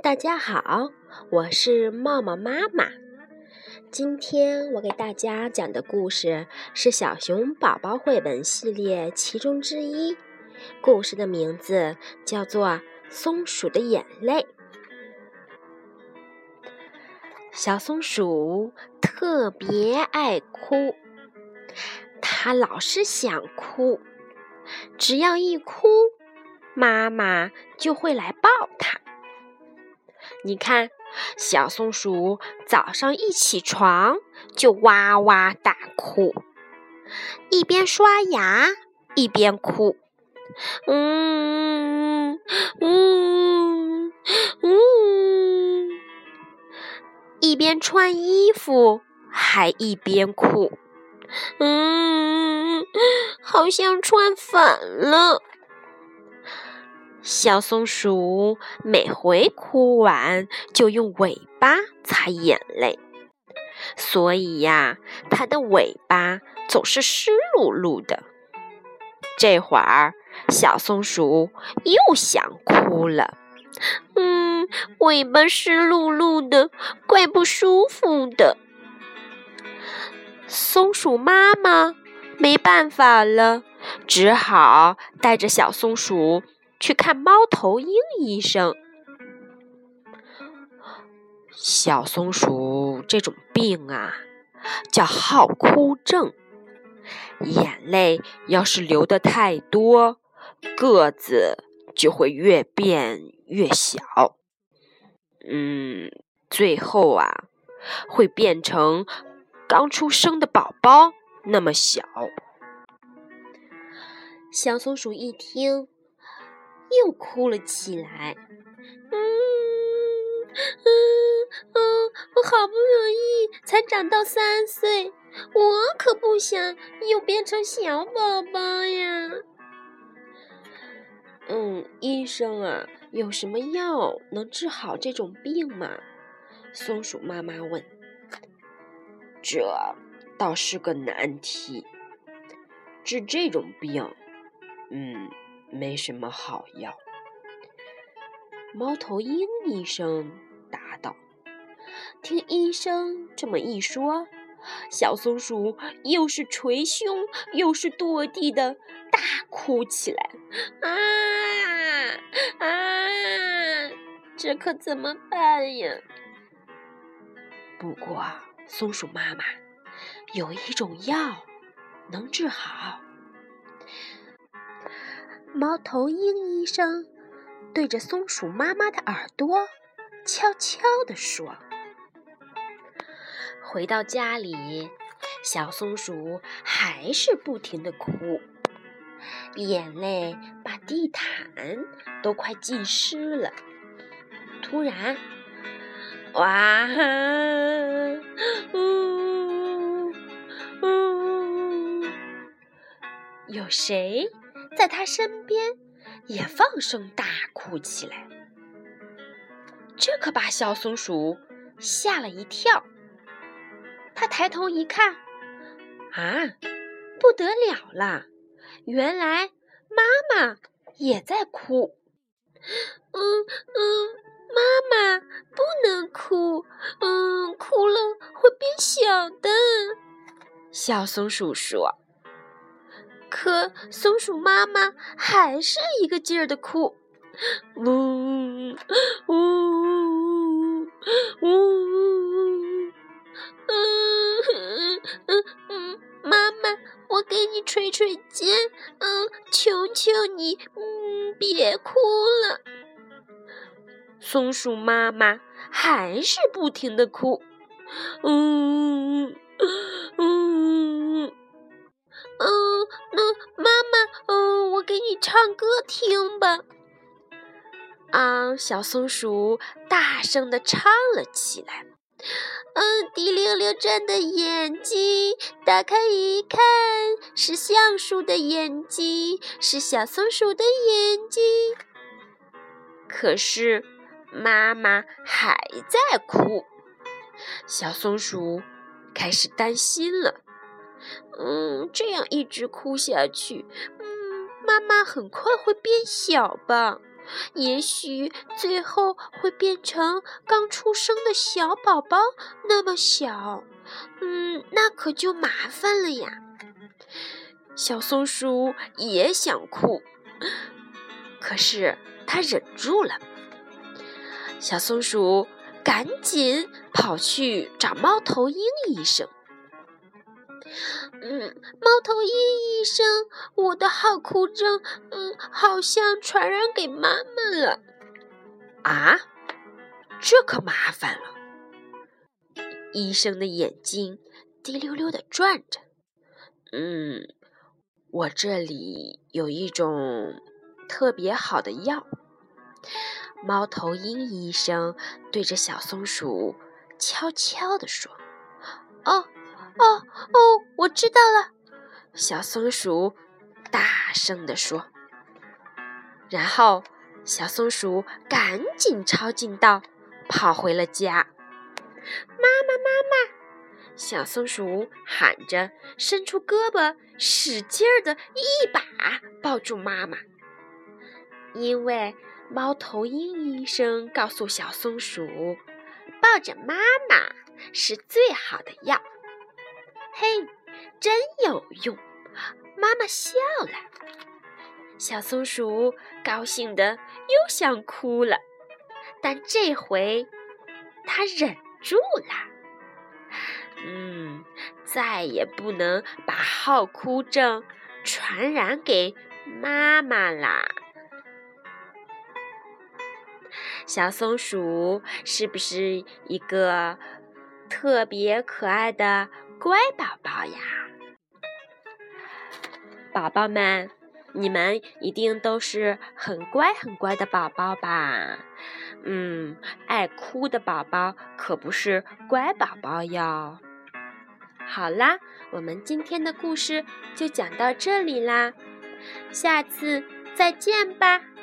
大家好，我是茂茂妈妈。今天我给大家讲的故事是小熊宝宝绘本系列其中之一，故事的名字叫做《松鼠的眼泪》。小松鼠特别爱哭，它老是想哭，只要一哭，妈妈就会来抱它。你看，小松鼠早上一起床就哇哇大哭，一边刷牙一边哭，一边穿衣服还一边哭，好像穿反了。小松鼠每回哭完就用尾巴擦眼泪，所以呀，它的尾巴总是湿漉漉的。这会儿，小松鼠又想哭了，尾巴湿漉漉的，怪不舒服的。松鼠妈妈没办法了，只好带着小松鼠去看猫头鹰医生。小松鼠这种病啊，叫好哭症，眼泪要是流得太多，个子就会越变越小。最后啊，会变成刚出生的宝宝那么小。小松鼠一听，又哭了起来。我好不容易才长到3岁，我可不想又变成小宝宝呀。医生啊，有什么药能治好这种病吗？松鼠妈妈问。这倒是个难题，治这种病，没什么好药。猫头鹰医生答道。听医生这么一说，小松鼠又是捶胸又是跺地的大哭起来。这可怎么办呀？不过松鼠妈妈有一种药能治好。猫头鹰医生对着松鼠妈妈的耳朵悄悄地说。回到家里，小松鼠还是不停地哭，眼泪把地毯都快浸湿了。突然，哇！有谁在他身边也放声大哭起来？这可把小松鼠吓了一跳。他抬头一看，不得了了，原来妈妈也在哭。妈妈不能哭，哭了会变小的。小松鼠说。可松鼠妈妈还是一个劲儿的哭，妈妈，我给你捶捶肩，求求你，别哭了。松鼠妈妈还是不停地哭，那妈妈，我给你唱歌听吧。小松鼠大声地唱了起来。滴溜溜转的眼睛，打开一看，是橡树的眼睛，是小松鼠的眼睛。可是妈妈还在哭，小松鼠开始担心了。这样一直哭下去，妈妈很快会变小吧？ 也许最后会变成刚出生的小宝宝那么小，那可就麻烦了呀。小松鼠也想哭，可是它忍住了。小松鼠赶紧跑去找猫头鹰医生。猫头鹰医生，我的好哭症，好像传染给妈妈了。啊，这可麻烦了。医生的眼睛滴溜溜地转着。我这里有一种特别好的药。猫头鹰医生对着小松鼠悄悄地说：“哦，我知道了。”小松鼠大声地说。然后小松鼠赶紧抄近道，跑回了家。妈妈！小松鼠喊着，伸出胳膊，使劲儿的一把抱住妈妈。因为猫头鹰医生告诉小松鼠，抱着妈妈是最好的药。嘿，真有用！妈妈笑了。小松鼠高兴得又想哭了，但这回它忍住了。再也不能把好哭症传染给妈妈啦。小松鼠是不是一个特别可爱的乖宝宝呀？宝宝们，你们一定都是很乖的宝宝吧？爱哭的宝宝可不是乖宝宝哟。好啦，我们今天的故事就讲到这里啦，下次再见吧。